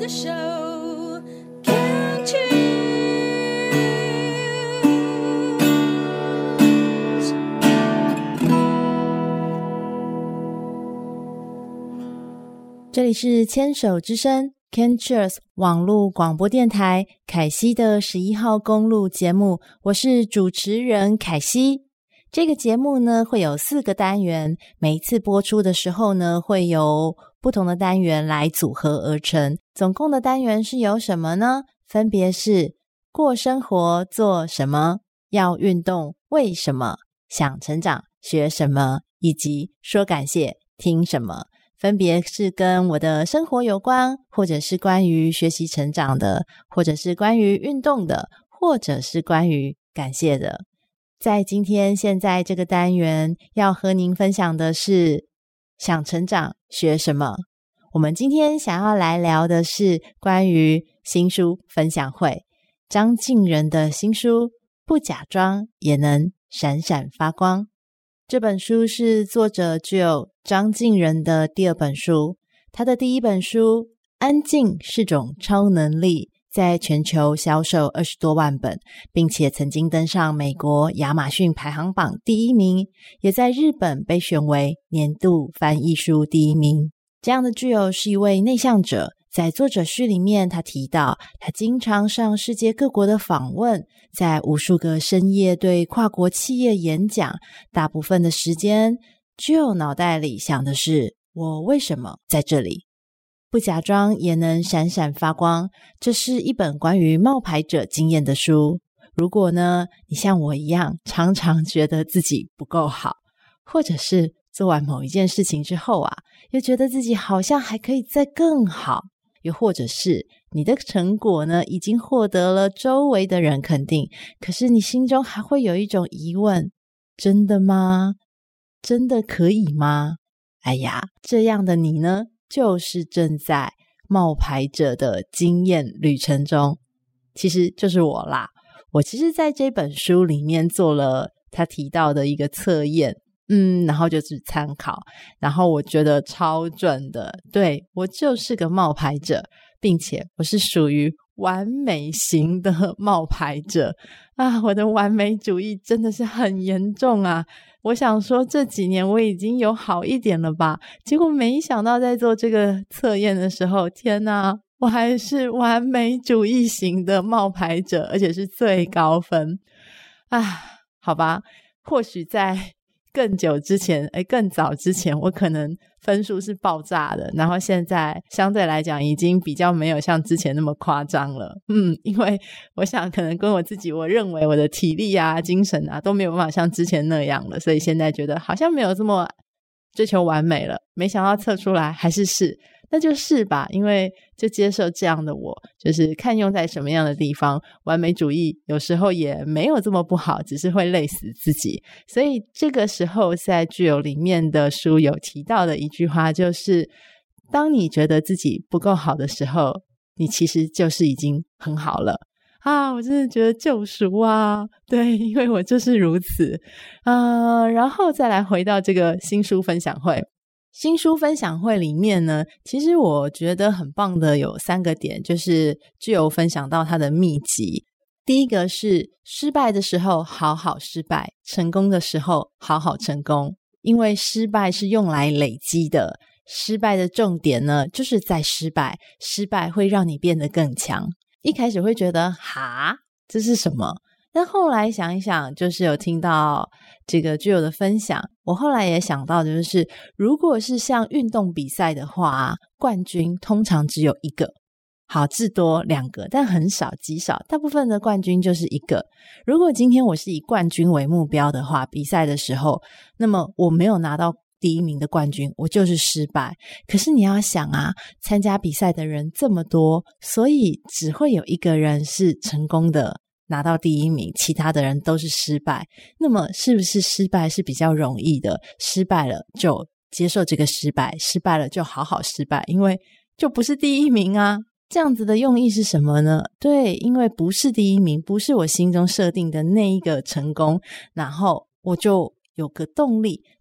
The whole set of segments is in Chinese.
the show. Can't choose. 这里是牵手之声 Can Cheers 网络广播电台凯西的11号公路节目，我是主持人凯西。这个节目呢会有4个单元，每一次播出的时候呢会由不同的单元来组合而成。总共的单元是有什么呢？分别是过生活做什么，要运动为什么，想成长学什么，以及说感谢听什么。分别是跟我的生活有关，或者是关于学习成长的，或者是关于运动的，或者是关于感谢的。在今天现在这个单元要和您分享的是想成长学什么。我们今天想要来聊的是关于新书分享会，张敬仁的新书不假装也能闪闪发光。这本书是作者Jill张敬仁的第2本书，他的第1本书《安静是种超能力》在全球销售20多万本，并且曾经登上美国亚马逊排行榜第1名，也在日本被选为年度翻译书第1名。这样的Jill是一位内向者，在作者序里面他提到，他经常上世界各国的访问，在无数个深夜对跨国企业演讲，大部分的时间Jill脑袋里想的是，我为什么在这里？不假装也能闪闪发光，这是一本关于冒牌者经验的书。如果呢，你像我一样，常常觉得自己不够好，或者是做完某一件事情之后啊，又觉得自己好像还可以再更好，又或者是你的成果呢，已经获得了周围的人肯定，可是你心中还会有一种疑问，真的吗？真的可以吗？哎呀，这样的你呢，就是正在冒牌者的经验旅程中，其实就是我啦。我其实在这本书里面做了他提到的一个测验，然后就是参考，然后我觉得超准的，对，我就是个冒牌者，并且我是属于完美型的冒牌者啊！我的完美主义真的是很严重啊！我想说这几年我已经有好一点了吧，结果没想到在做这个测验的时候，天哪，我还是完美主义型的冒牌者，而且是最高分啊！好吧，或许在更久之前更早之前我可能分数是爆炸的，然后现在相对来讲已经比较没有像之前那么夸张了。因为我想可能跟我自己我认为我的体力啊精神啊都没有办法像之前那样了，所以现在觉得好像没有这么追求完美了，没想到测出来还是那就是吧，因为就接受这样的我，就是看用在什么样的地方，完美主义有时候也没有这么不好，只是会累死自己。所以这个时候在Jill里面的书有提到的一句话，就是当你觉得自己不够好的时候，你其实就是已经很好了啊！我真的觉得救赎啊，对，因为我就是如此然后再来回到这个新书分享会。新书分享会里面呢，其实我觉得很棒的有3个点，就是Jill分享到他的秘籍。第一个是失败的时候好好失败，成功的时候好好成功，因为失败是用来累积的，失败的重点呢就是在失败，失败会让你变得更强。一开始会觉得这是什么？但后来想一想，就是有听到这个Jill的分享，我后来也想到就是如果是像运动比赛的话，冠军通常只有1个，好，至多2个，但很少极少，大部分的冠军就是1个。如果今天我是以冠军为目标的话，比赛的时候，那么我没有拿到第1名的冠军，我就是失败。可是你要想啊，参加比赛的人这么多，所以只会有1个人是成功的拿到第1名，其他的人都是失败。那么是不是失败是比较容易的？失败了就接受这个失败，失败了就好好失败，因为就不是第1名啊。这样子的用意是什么呢？对，因为不是第1名，不是我心中设定的那一个成功，然后我就有个动力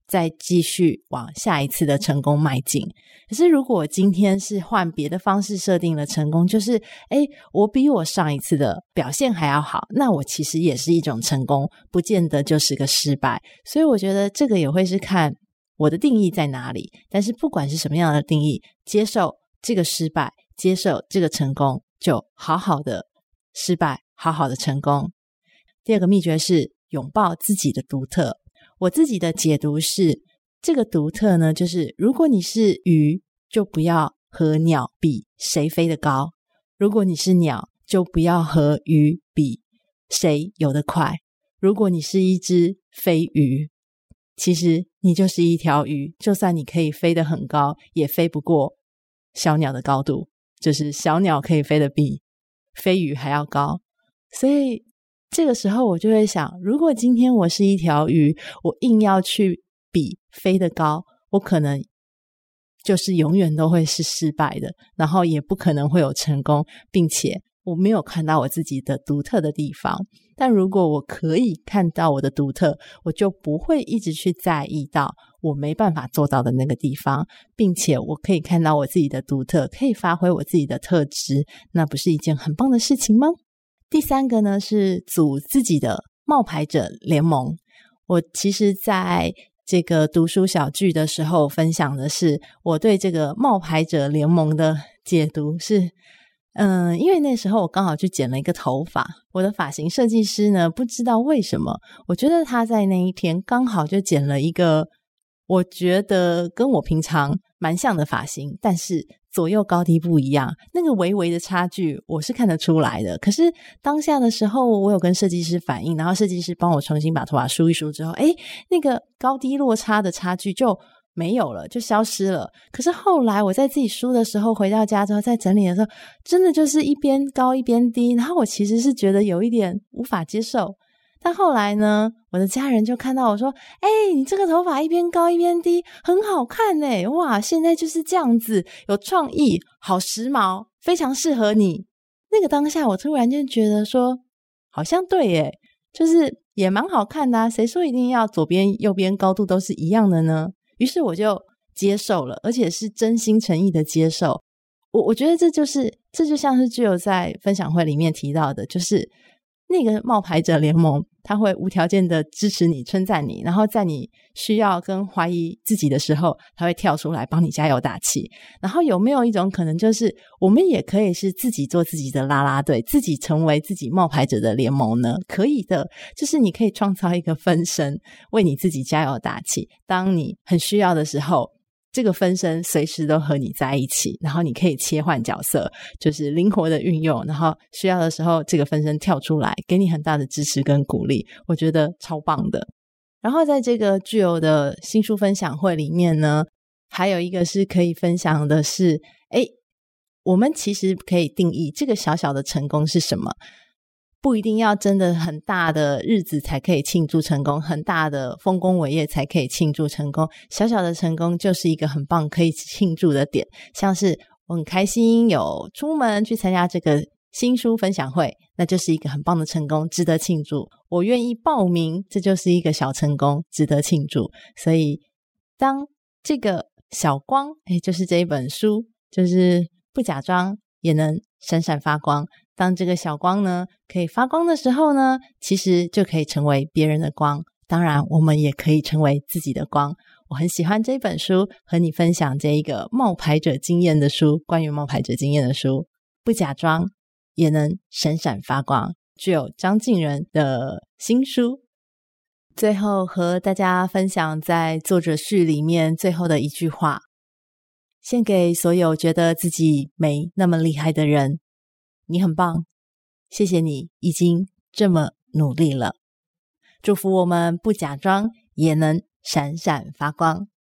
再继续往下一次的成功迈进。可是如果我今天是换别的方式设定了成功，就是我比我上一次的表现还要好，那我其实也是一种成功，不见得就是个失败。所以我觉得这个也会是看我的定义在哪里，但是不管是什么样的定义，接受这个失败，接受这个成功，就好好的失败，好好的成功。第二个秘诀是拥抱自己的独特。我自己的解读是，这个独特呢，就是如果你是鱼，就不要和鸟比谁飞得高；如果你是鸟，就不要和鱼比谁游得快；如果你是一只飞鱼，其实你就是一条鱼，就算你可以飞得很高，也飞不过小鸟的高度，就是小鸟可以飞得比飞鱼还要高。所以这个时候我就会想，如果今天我是一条鱼，我硬要去比飞得高，我可能就是永远都会是失败的，然后也不可能会有成功，并且我没有看到我自己的独特的地方。但如果我可以看到我的独特，我就不会一直去在意到我没办法做到的那个地方，并且我可以看到我自己的独特，可以发挥我自己的特质，那不是一件很棒的事情吗？第三个呢，是组自己的冒牌者联盟。我其实在这个读书小聚的时候分享的是我对这个冒牌者联盟的解读是因为那时候我刚好去剪了一个头发，我的发型设计师呢，不知道为什么，我觉得他在那一天刚好就剪了一个我觉得跟我平常蛮像的发型，但是左右高低不一样，那个微微的差距我是看得出来的。可是当下的时候我有跟设计师反映，然后设计师帮我重新把头发梳一梳之后，那个高低落差的差距就没有了，就消失了。可是后来我在自己梳的时候，回到家之后在整理的时候，真的就是一边高一边低，然后我其实是觉得有一点无法接受。但后来呢，我的家人就看到我说，你这个头发一边高一边低很好看耶，哇，现在就是这样子，有创意，好时髦，非常适合你。那个当下我突然间觉得说，好像对耶，就是也蛮好看的啊，谁说一定要左边右边高度都是一样的呢？于是我就接受了，而且是真心诚意的接受。我觉得这就像是具有在分享会里面提到的，就是那个冒牌者联盟，他会无条件的支持你，称赞你，然后在你需要跟怀疑自己的时候，他会跳出来帮你加油打气。然后有没有一种可能，就是我们也可以是自己做自己的啦啦队，自己成为自己冒牌者的联盟呢？可以的，就是你可以创造一个分身，为你自己加油打气。当你很需要的时候，这个分身随时都和你在一起，然后你可以切换角色，就是灵活的运用，然后需要的时候这个分身跳出来给你很大的支持跟鼓励，我觉得超棒的。然后在这个具有的新书分享会里面呢，还有一个是可以分享的是，我们其实可以定义这个小小的成功是什么，不一定要真的很大的日子才可以庆祝成功，很大的丰功伟业才可以庆祝成功，小小的成功就是一个很棒可以庆祝的点。像是我很开心有出门去参加这个新书分享会，那就是一个很棒的成功，值得庆祝。我愿意报名，这就是一个小成功，值得庆祝。所以当这个小光就是这一本书，就是不假装也能闪闪发光，当这个小光呢可以发光的时候呢，其实就可以成为别人的光，当然我们也可以成为自己的光。我很喜欢这本书，和你分享这一个冒牌者经验的书，关于冒牌者经验的书，不假装也能闪闪发光，具有张敬仁的新书。最后和大家分享在作者序里面最后的一句话，献给所有觉得自己没那么厉害的人，你很棒，谢谢你已经这么努力了。祝福我们不假装也能闪闪发光。